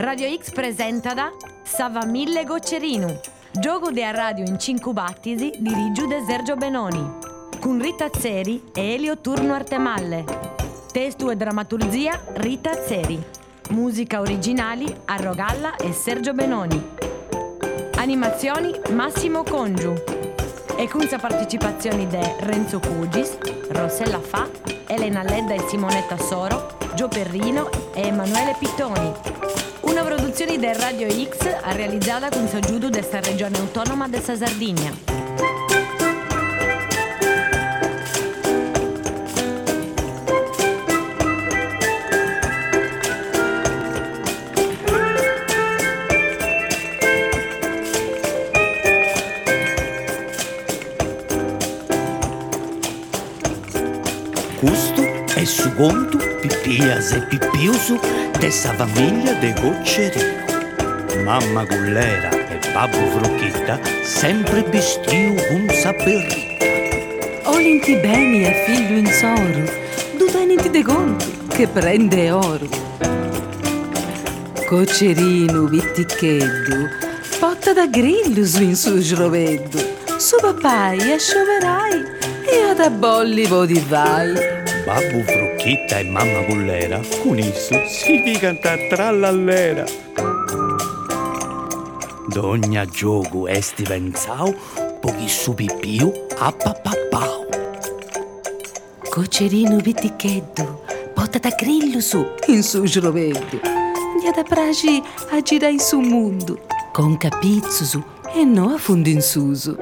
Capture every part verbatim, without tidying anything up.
Radio X presenta da Sava Mille Goccerinu, gioco de a radio in cinque battisi dirigiu de Sergio Benoni, con Rita Zeri e Elio Turno Artemalle. Testo e drammaturgia Rita Zeri. Musica originali a Rogalla e Sergio Benoni. Animazioni Massimo Congiu. E con sa partecipazioni de Renzo Cugis, Rossella Fa, Elena Ledda e Simonetta Soro, Gio Perrino e Emanuele Pittoni. Una produzione del Radio X realizzata con l'aiuto desta regione autonoma della Sardegna. Questo è su conto Pippias e Pippiusu dessa famiglia de Goccerino. Mamma Gullera e babbo Frucchitta sempre bestiu con saperrita. Olinti beni a figlio in soro, du teniti de conto che prende oro. Goccerino vitticheddu, potta da grillo su in su sroveddu, su papai a scioverai e ad abolli vodi vai. Babbo Frucchitta e mamma Gullera con isso si di cantare trallallera. D'ogna gioco esti pensau, pochi su pippiu a papapau. Goccerino vitticheddu, potta da grillo su in su sroveddu, di ad apragi a girai su mondo, con capizzusu e no a fondo in susu.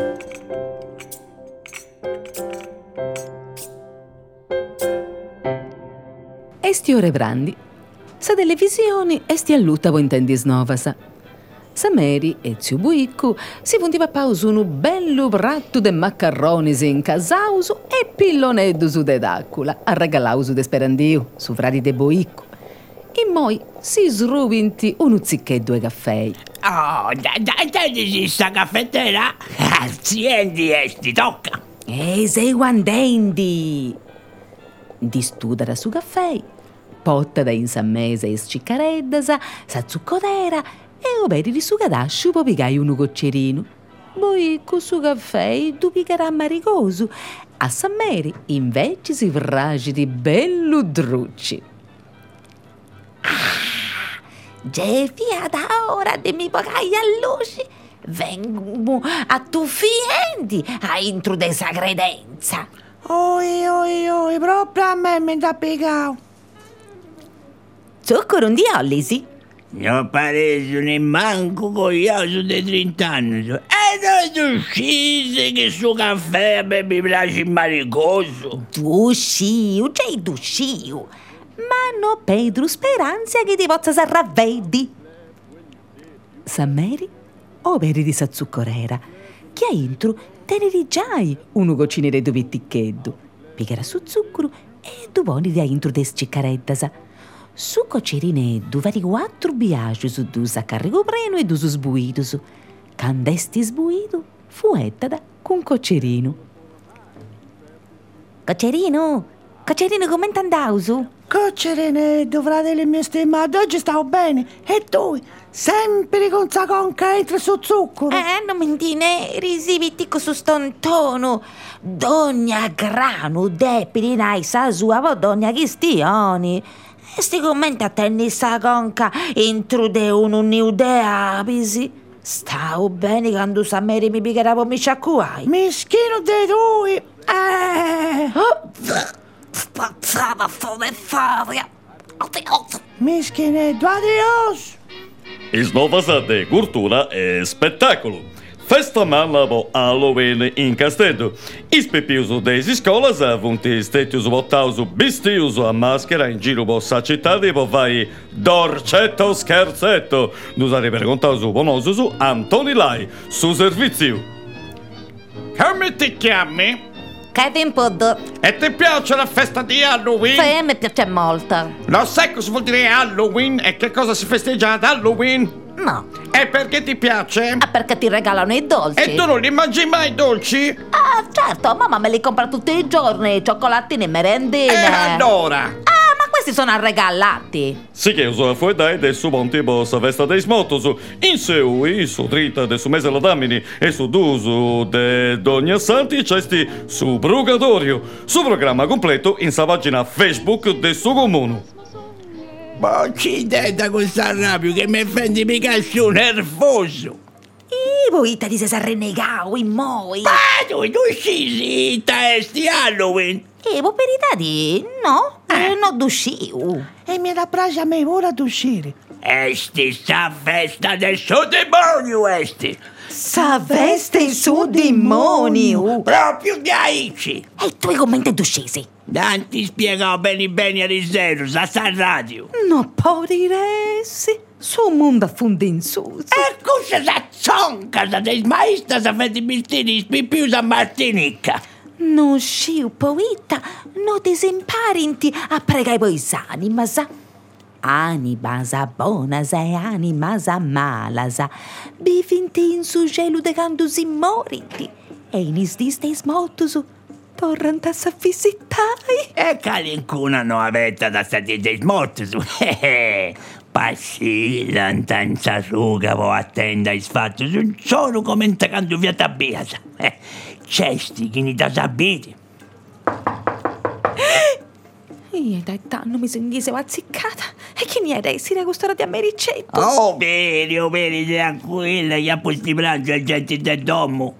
Esti ore brandi, sa televisioni esti all'uttavo intendis novasa. Sa Mary e zio Buiccu si fundiva pausu un bello pratto de maccarronis in casausu e pilloneddu de d'accula, arregalausu de sperandiu, su fradi de Buiccu. E moi si sruvinti un uzzicheddu e caffei. Oh, dai, dai, sta caffettera? Accendi esti, tocca. E sei guandendi! Di studere su caffè, potta da insammese e sciccareddasa, sa zuccodera e oberi di su cadasciu po pigai unu goccerino. Poi con su caffè tu pigherà maricosu, a San Mary invece si fragidi bello drucci. Ah, Gefia da ora di mi pagai a luci, vengo a tu fiendi a intro desa credenza. Oi, oi, oi, proprio a me mi da piegato. Zucchero un di Ollisi? Non pareso ne manco coglioso di trent'anni. E non uscite che su caffè a me mi piace il maricoso. Dusciu, c'è dusciu. Ma no Pedro speranza che ti possa sarravvedi. San Mary overi di sa zuccorera, che a intro teneri giai unu gocinere du vitticheddu, pigherà su zucchero e du boni di a intro de sciccareddasa. Su cocerineddu vari quattro biagiu su du sa carrigo preno e du su sbuidusu. Candesti sbuidu fuettada con coccerino. Coccerino, Coccerino come t'andausu? Coccerine, dovrà le mie stimmate, oggi stavo bene. E tu, sempre con sa conca entra su zucchero. Eh, non mentine, risivitico su stontono. Dogna grano depirinai sa sua vodogna chistioni. E sti commenti a tenni sa conca intrude un un'idea abisi. Stavo bene quando sa Mary mi pigheravo mi sciacquai. Mischino di lui. Eh. Oh, spazzava fome e faria. Mischinetto, adios. Isnovasa de cultura e spettacolo. Festa manna po Halloween in Castello. Is pepiuso desi scolas avunti stetius votausu bistiuso a maschera in giro po sa città po vai dorcetto scherzetto. Nusari percontausu bonosusu Antoni Lai, su servizio. Come ti chiami? Kevin Pudd. E ti piace la festa di Halloween? Sì, mi piace molto. Lo sai cosa vuol dire Halloween e che cosa si festeggia ad Halloween? No. E perché ti piace? Ah, perché ti regalano i dolci. E tu non li mangi mai i dolci? Ah, certo, mamma me li compra tutti i giorni, cioccolatini e merendine. E allora? Ah, ma questo questi sono arregallati. Si che uso a fuedai de su montibo sa vesta dei smotos, in seui su trita de su mese la damini e su dusu de Dogna Santi cesti su Brugadorio, su programma completo in sa pagina Facebook de su comune. Ma accidenta questa rabbia che mi fendi mica su nervoso. E voi ti sei rennegato in moi. Ma tu, tu scisi, testi Halloween. E voi verità di no, eh, non d'usciu. E mi da piace a me ora ad uscire. Esti sta festa del suo demonio, esti. Sa veste il suo demonio. Proprio di aici. E tu come ti d'uscisi? Danti spiegò bene bene a risero, sa sta radio. No, poveresi, su mondo affonda in su. E cosa sa zonca, sa dei maestra, sa fede misteri, spipiu sa Martinica. Non sciu, poeta, non disemparinti a pregare voi anima, sa. Anima sa buona sa e anima sa mala sa. Bifinti in su gelo de quando si morinti. E in ististes motus torrant a sa visitai. E calincuna non avete da stati dei morti su. Passi l'antanza suga vo attenda is fatto un solo come quando via tabbiasa. Cesti che ni da sabiti. Io da tanto mi sono dise azziccata. E chi ne è essere a gustare di americetto? Oh, veri, oh, veri, tranquilla, gli ha posti pranzo al gente del domo.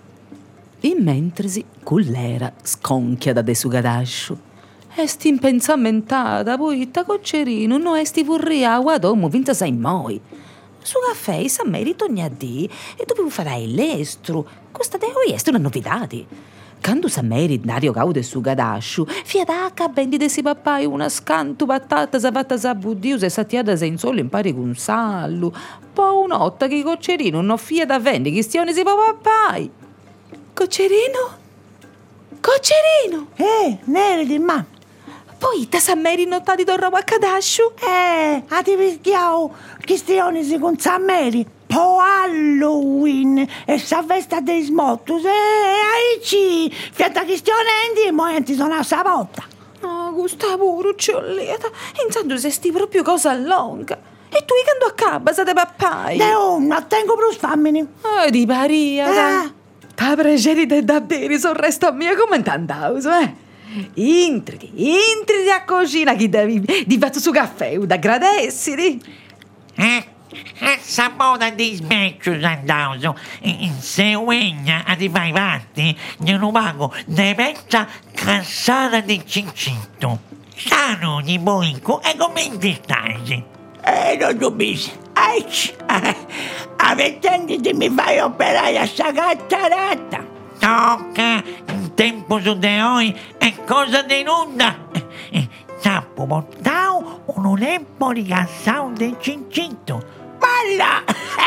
E mentresi, cull'era sconchia da de su gadascio. Esti impensamentata, poi ta coccerino, no esti vorria a domo, vinta sai moi. Su caffè, sa merito ogni di e dovevo fare l'estro. Questa deo è una novità. Quando sa meri Dario gaude su gadascio, fiadaca bendi de si papai una scantu battata sa fatta sa buddius e satiada se in solo impari con sallu. Po' un'otta che coccerino non fia da vendi che stione si papai. Coccerino? Coccerino! Eh, Neridi, ma... Poi ta sa meri notati dorravo a cadascio? Eh, a ti pischiao, che stioni si con Sammeri. Po' Halloween e sa festa dei smottus e aici, fiata che stione e mo ti sono a sa volta. Oh, Gustavo, ruccioleta, intanto se sti proprio cosa longa. E tu quando accabba sa de pappai? De un, non tengo più sfammini. Oh, di paria, Eh. ta pregerite da bere sul resto mio come tantauso, eh? Intrighi, intrighi a cucina chi devi di fatto su caffè, da agradessiri. Eh? E sabona di smeccio sandauso, se uegna a di vai vatti, non pago ne mezza cassata di cincitto. Sano di boico e come ti stai? Eh, non dubisi. Aici, eh, avete di mi fai operare a sta cattarata. Tocca, in tempo su de oi è cosa de nunda. Sappo portao un lempo di cassao del cincitto. Balla!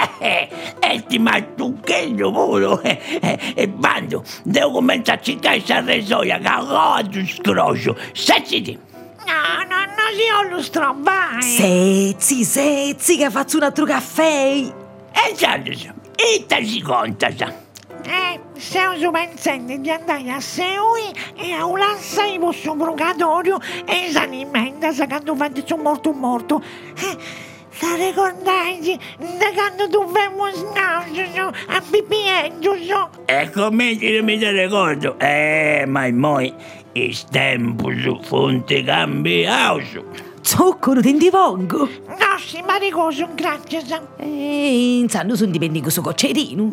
E ti mattucchendo pure! E bando, devo cominciare a citare sta resoia, cagato scroscio. Sezziti! No, no, no, si ho lo strovai. Sezzi, sezzi, che faccio un altro caffè. E sanno, e te si conta, sa. Eh, stavo pensando di andare a Seui e a un assai vostro brugatorio e s'alimenta sa quando fate su morto morto. Eh, la ricordai di quando tu fai snaso a pipiendo so. E come ti mi te ricordo? Eh, ma moi, il tempo su fonte cambiato. Zucchero di indivongo. No, sì, ma ricordo, grazie sa. E intanto sono dipendico su coccerino.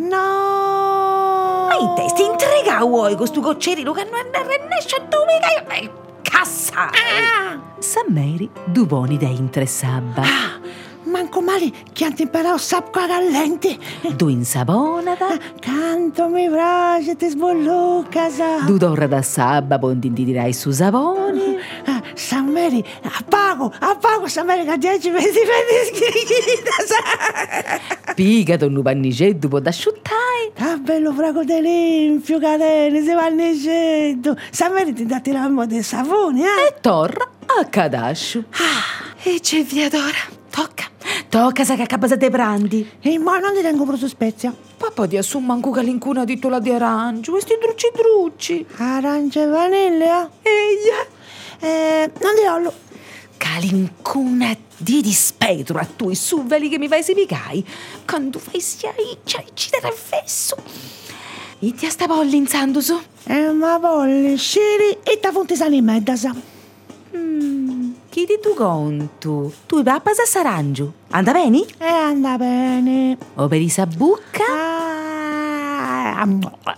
No! Ma in testa intriga vuoi con sto coccerino che non riesce a dove cassa. Ah! Sammeri, duboni da interessabba. Ah, manco male che hanno imparato sapca callente. Du insabonata, Canto mi piace, ti sbollucca, sa. du d'orra da sabba, bondi di dirai su savoni. Ah, Sammeri, appago, appago Sammeri che dieci venti venti scritta, sa. Piga don pannicetto può da asciuttai. Ah, bello frago de limpio, catene, si va nicetto. Sammeri ti dà tirare un po' di savone, eh? E torra a cadascio. Ah, E c'è via d'ora. Tocca, tocca sa che accabba sa dei brandi. e ma non ti tengo proprio spezia. Papà ti assumma anche calincuna di tola di arancio, questi drucci drucci. Arancia e vaniglia. Eia. Eh, non ti ollo. calincuna di dispetro a tu, su veli che mi fai si picai, quando fai sia iccia e ci darà fesso. E ti sta polli in sanduso? E ma volle, sciri e ta fonte sani in meddasa. Mm, chi ti tu conto? Tu i papà sa sarangiu? Anda bene? E anda bene. O per i sabucca? Ah,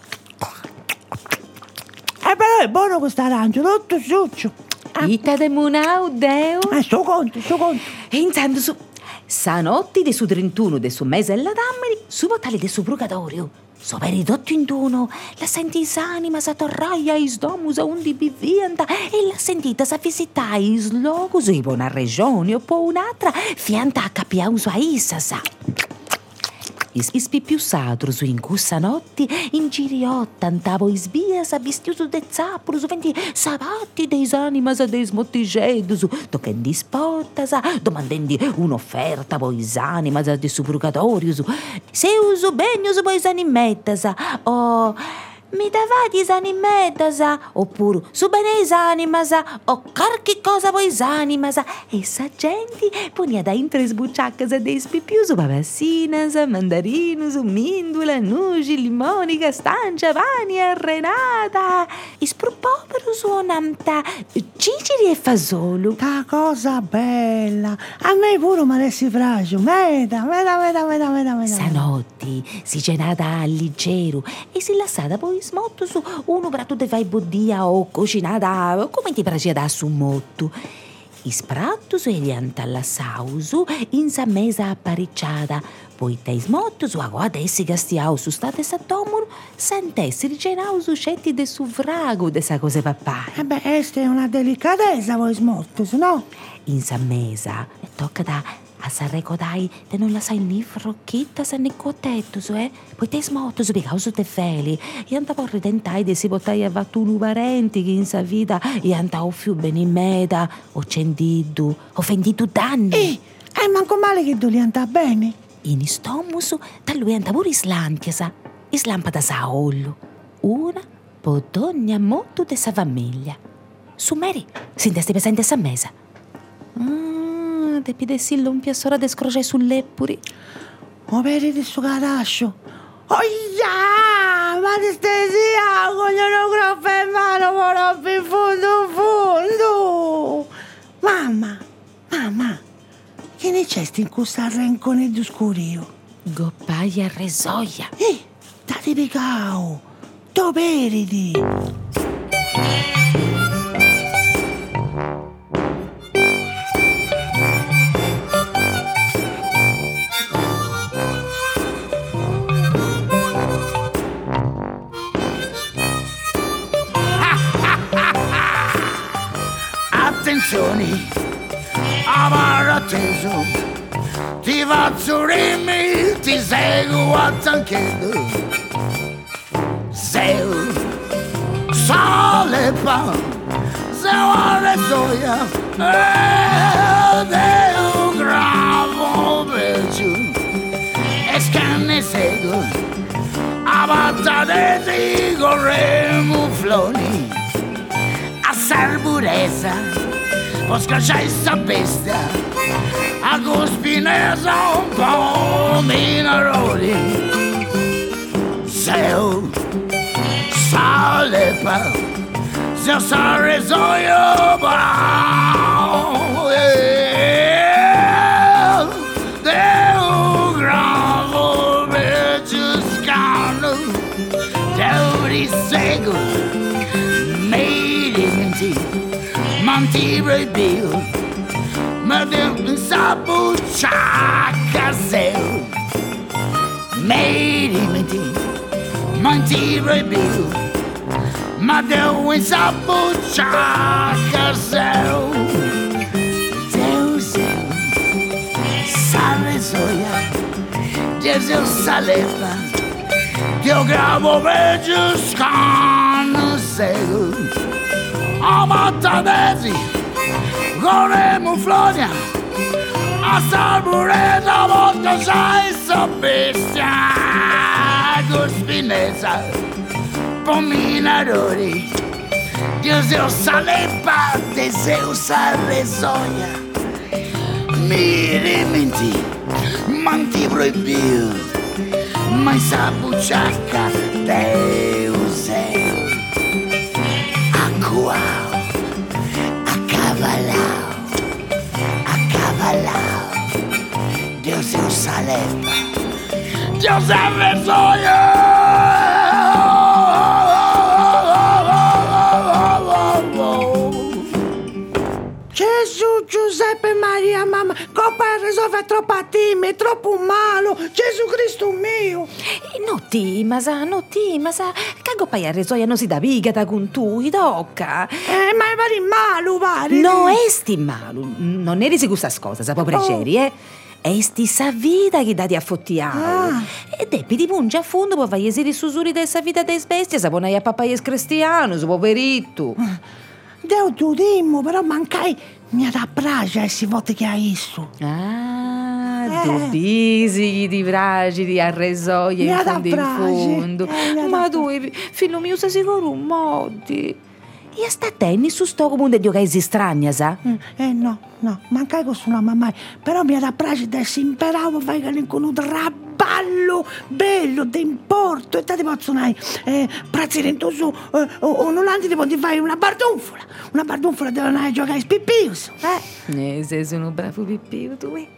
eh però è buono questo arancio, tutto succio. Ita de munau, deo? Eh, sto conto, sto conto. E intanto su, sanotti de su trentuno de su mese e la dammeri, su votali de su purgatorio. So per i dotti in tuno, la senti s'anima sa torraia is domus undi bivianta e la sentita sa visita is locus ipo una regione o po un'altra fianta a capiauso a issa sa. Is, is più satro su in cussa notti in giriotta antavo is bias a vistiuso de zappuro su venti sabatti deis animas a deis mottigeddus tocchendi spottasa domandendi un'offerta pois animas a de su purgatorius se uso begnos pois animettasa o mi davadis animettasa oppure su beneis animasa o carchi cosa pois animasa e sa genti ponia da intre sbucciaccas deis pipius babassinas mandarinus mindula nugi limoni castancia vania renata ispropoperus onamta ciciri e fasolu. Ta cosa bella. A me pure mi resti fragile. Meda, meda, meda, meda, meda, meda. Sanotti si cenata al leggero e si lassata poi smotto su uno prato de fai buddia o cucinata come ti piaceva su motto. Isprattus e lianta alla sausu in sa mesa apparicciata, poi te smotto su agua dessi gastiau su state sattomur, sentessi ricenau su scetti de su vrago de sa cose papà. Eh beh, questa è una delicatezza voi smortus, no? In sa mesa tocca da a sa recodai te non la sai ni frocchitta sa ni cotettus, eh? Poi te smotto su picausu te feli e andavo a ridentai de si potai a vattunu parenti che in sa vita e andavo più bene in meta o cendiddu o fendiddu danni. Eh, eh, manco male che tu li andà bene. In istomusu da lui andavo islampiasa, islampa da sa ollu, una podogna molto de sa famiglia. Su Mary, si intesti presente sa mesa. Ah, te pidessi l'umpia sora de scroce sull'eppuri. O vedi di sto carascio. Oia, ma ti stesia, coglione groppo in mano, porobbi in fondo, fondo. Mamma, mamma, che ne c'è sti in questa rencone di scurio? Goppaia resoia. Eh, dati picao, to peridi. Attenzione, amaro atteso, ti faccio rimmi, ti seguo a tanchendo. Seu, sale pa, seu a resoia, ed è un gravo peggio, e scanne seguo, a battadesi corremo floni, a sarburesa. O scacciai sta bestia a cospinesa un po' minaroli seu sale pa se sa resoio bravo deu gravo vecchio scano deu risego made in Monty Bill, ma devo sabucciacca seu. Made in Monty Bill, ma devo sabucciacca seu. Seu, seu, sale soia, Gesù saleva, Dio gravo veggio scano seu. Amattanesi, corremo Flonia, a Salburesa, volta sai sa bestia, con spinesa, pominaroli, Deus Salemba, Deus Arrezoia. Mi rimenti, manti proibio, mas a buchaca Deus é acuau, acavalao, acavalao, Deus é o Salemba, Deus Arrezoia. Gesù, Giuseppe, Maria, mamma, Coppa risolve troppo a time, è troppo malo, Gesù Cristo mio. No timasa, no timasa, che Coppa a resoia non si da vigata con tu, tocca. Eh, ma è pari malo, pari. No, esti malo, non eri su questa cosa, sa preceri, eh. Esti sa vita che dati a fottiamo. Ah. E deppi di punge a fondo per fare esiri susuri dessa vita des bestie, sa ponai a papaies cristiano, su poveritto. Deo tu dimmo, però mancai mi da pragia e si vote che ha isso. Ah, Eh. tu bisi di fragili a resoia Mi in ha da fondo in fragi, fondo. eh, mi ha Ma da tu, figlio mio, sei sicuro un modi? E sta tenni su sto comune di ocasi strania, sa? Mm, Eh no, no, mancai con una mamma, però mi da pragia del imperavo fai che con un raballo bello, d'importo, e te ti possono eh, prazzi dentro su, eh, o, o non anzi ti puoi fare una bardunfola, una bardunfola devono andare a giocare spippius, eh? Eh, sei sono bravo pippio, tu, eh?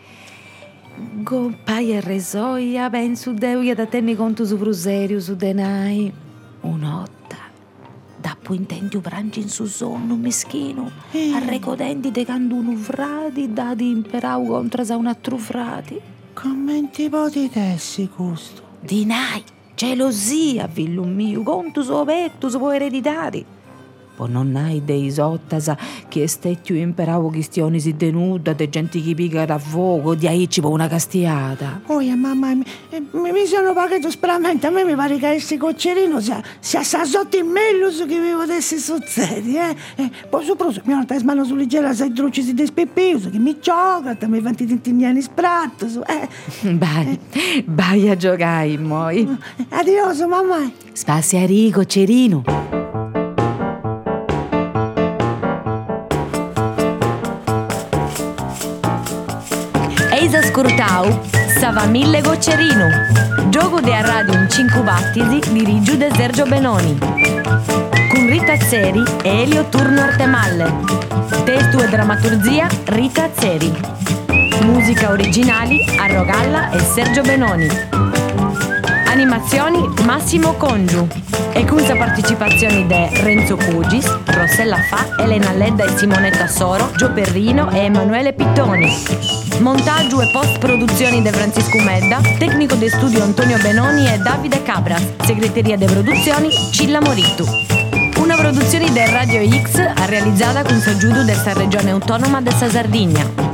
Gompai a resoia, ben su deuia da tenni conto su fruserio, su denai. Un'otta. Dappo intendio branci in su sonno, meschino, Eh. arrecodenti de candu unu frati, dati imperau contra sa un altro frati. Come ti poti tessi questo? Dinai, gelosia, figlio mio, conto so petto, so ereditari. Po non hai dei sottasa che stettiu imperau questioni si denuda, de gente che pica da fuoco, di aici po una castiata. Oh, yeah, mamma, mi, eh, mi, mi sono pagato speramente, a me mi pare che questo coccerino sia, sia sasotto in mellus che mi potesse succedere, eh? eh poi sopra, mi hanno mano su leggera, sei druci si despeppius, che mi gioca, mi fanno i tintignani spratto, su, eh. Vai, vai a giocare, moi. Addio, mamma. Spassi a rico, cerino. Eisa scurtau, sava mille goccerino. Gioco de a radio in cinque battiti di Rigiu de Sergio Benoni. Con Rita Zeri e Elio Turno Artemalle. Testo e drammaturgia Rita Zeri. Musica originali a Rogalla e Sergio Benoni. Animazioni Massimo Congiu. E con sa partecipazioni de Renzo Cugis, Rossella Fa, Elena Ledda e Simonetta Soro, Gio Perrino e Emanuele Pittoni. Montaggio e post-produzioni de Francisco Medda, tecnico de studio Antonio Benoni e Davide Cabras, segreteria de produzioni Cilla Morittu. Una produzione del Radio X realizzata con soggiudo della regione autonoma della Sardegna.